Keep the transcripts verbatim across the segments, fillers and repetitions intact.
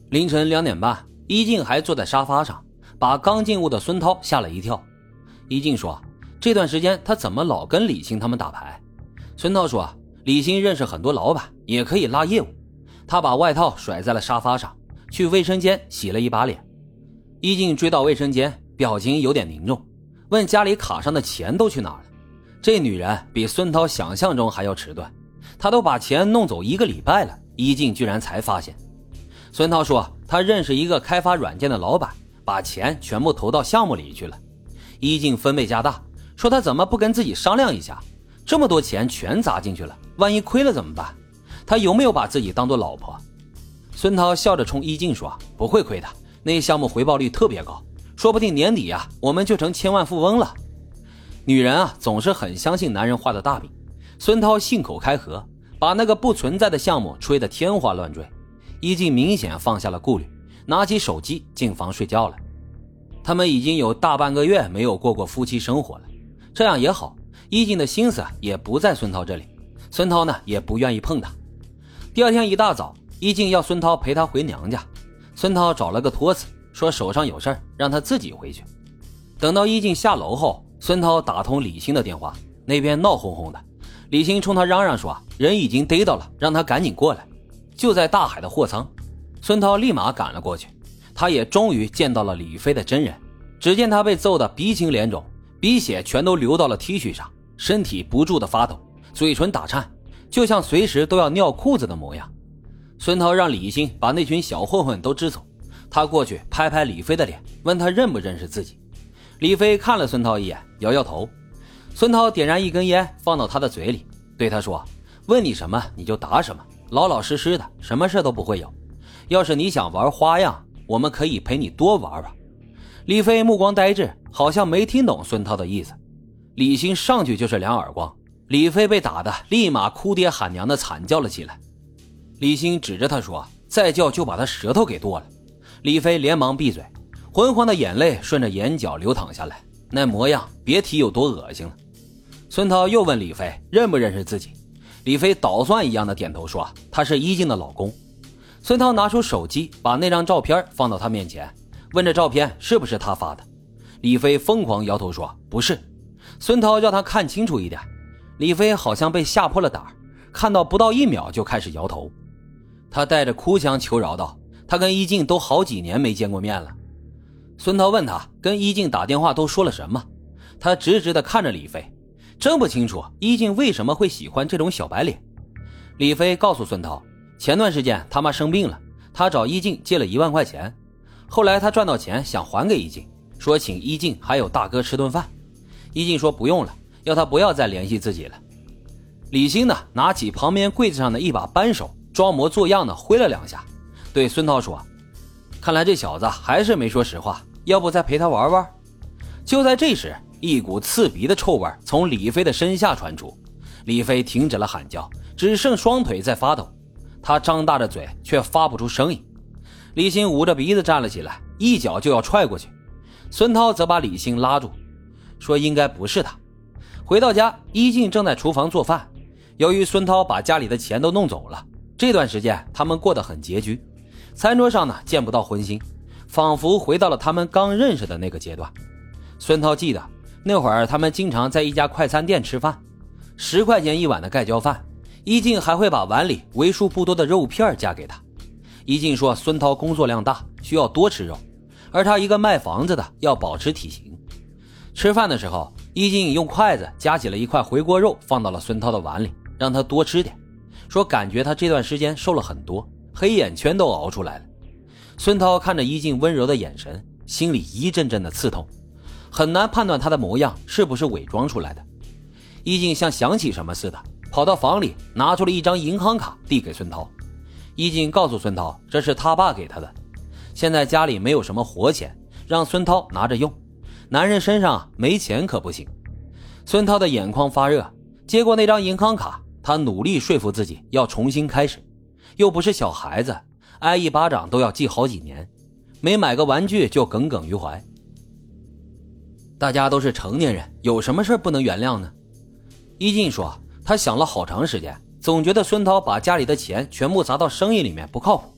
凌晨两点半，一静还坐在沙发上，把刚进屋的孙涛吓了一跳。一静说这段时间他怎么老跟李欣他们打牌。孙涛说李欣认识很多老板，也可以拉业务。他把外套甩在了沙发上，去卫生间洗了一把脸。一静追到卫生间，表情有点凝重，问家里卡上的钱都去哪了。这女人比孙涛想象中还要迟钝，她都把钱弄走一个礼拜了，一静居然才发现。孙涛说他认识一个开发软件的老板，把钱全部投到项目里去了。一静分贝加大，说他怎么不跟自己商量一下，这么多钱全砸进去了，万一亏了怎么办？他有没有把自己当做老婆？孙涛笑着冲一静说不会亏的，那项目回报率特别高，说不定年底啊我们就成千万富翁了。女人啊总是很相信男人画的大饼。孙涛信口开河，把那个不存在的项目吹得天花乱坠。一静明显放下了顾虑，拿起手机进房睡觉了。他们已经有大半个月没有过过夫妻生活了，这样也好，一静的心思也不在孙涛这里，孙涛呢也不愿意碰他。第二天一大早，一静要孙涛陪她回娘家，孙涛找了个托词，说手上有事儿，让他自己回去。等到一静下楼后，孙涛打通李欣的电话，那边闹哄哄的，李欣冲他嚷嚷说人已经逮到了，让他赶紧过来，就在大海的货仓。孙涛立马赶了过去，他也终于见到了李飞的真人。只见他被揍得鼻青脸肿，鼻血全都流到了 T 恤上，身体不住的发抖，嘴唇打颤，就像随时都要尿裤子的模样。孙涛让李欣把那群小混混都支走，他过去拍拍李飞的脸，问他认不认识自己。李飞看了孙涛一眼，摇摇头。孙涛点燃一根烟放到他的嘴里，对他说问你什么你就答什么，老老实实的，什么事都不会有。要是你想玩花样，我们可以陪你多玩玩。李飞目光呆滞，好像没听懂孙涛的意思。李欣上去就是两耳光，李飞被打得立马哭爹喊娘的惨叫了起来。李欣指着他说再叫就把他舌头给剁了。李飞连忙闭嘴，浑浑的眼泪顺着眼角流淌下来，那模样别提有多恶心了。孙涛又问李飞认不认识自己，李飞捣蒜一样的点头说他是一静的老公。孙涛拿出手机，把那张照片放到他面前，问这照片是不是他发的。李飞疯狂摇头说不是。孙涛叫他看清楚一点，李飞好像被吓破了胆，看到不到一秒就开始摇头。他带着哭腔求饶道他跟一静都好几年没见过面了。孙涛问他跟一静打电话都说了什么，他直直地看着李飞，真不清楚一静为什么会喜欢这种小白脸。李飞告诉孙涛前段时间他妈生病了，他找一静借了一万块钱，后来他赚到钱想还给一静，说请一静还有大哥吃顿饭。一静说不用了，要他不要再联系自己了。李欣呢拿起旁边柜子上的一把扳手，装模作样的挥了两下，对孙涛说看来这小子还是没说实话，要不再陪他玩玩。就在这时，一股刺鼻的臭味从李飞的身下传出，李飞停止了喊叫，只剩双腿在发抖，他张大着嘴却发不出声音。李欣捂着鼻子站了起来，一脚就要踹过去。孙涛则把李欣拉住，说应该不是他。回到家，一静正在厨房做饭。由于孙涛把家里的钱都弄走了，这段时间他们过得很拮据，餐桌上呢见不到荤腥，仿佛回到了他们刚认识的那个阶段。孙涛记得那会儿他们经常在一家快餐店吃饭，十块钱一碗的盖浇饭，一静还会把碗里为数不多的肉片夹给他。一静说孙涛工作量大，需要多吃肉，而他一个卖房子的要保持体型。吃饭的时候，一静用筷子夹起了一块回锅肉放到了孙涛的碗里，让他多吃点，说感觉他这段时间瘦了很多，黑眼圈都熬出来了。孙涛看着一静温柔的眼神，心里一阵阵的刺痛，很难判断他的模样是不是伪装出来的。一静像想起什么似的，跑到房里拿出了一张银行卡递给孙涛。一静告诉孙涛这是他爸给他的，现在家里没有什么活钱，让孙涛拿着用，男人身上没钱可不行。孙涛的眼眶发热，接过那张银行卡，他努力说服自己要重新开始，又不是小孩子，挨一巴掌都要记好几年，没买个玩具就耿耿于怀。大家都是成年人，有什么事不能原谅呢？一静说他想了好长时间，总觉得孙涛把家里的钱全部砸到生意里面不靠谱，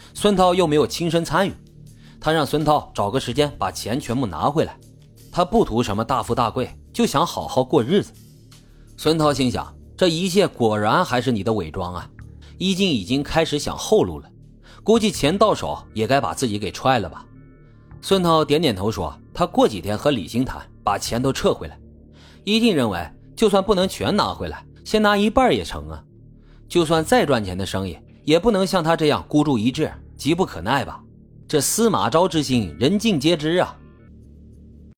孙涛又没有亲身参与，他让孙涛找个时间把钱全部拿回来。他不图什么大富大贵，就想好好过日子。孙涛心想，这一切果然还是你的伪装啊！一静已经开始想后路了，估计钱到手也该把自己给踹了吧。孙涛点点头说，他过几天和李欣谈，把钱都撤回来。一静认为，就算不能全拿回来，先拿一半也成啊。就算再赚钱的生意，也不能像他这样孤注一掷，急不可耐吧。这司马昭之心，人尽皆知啊。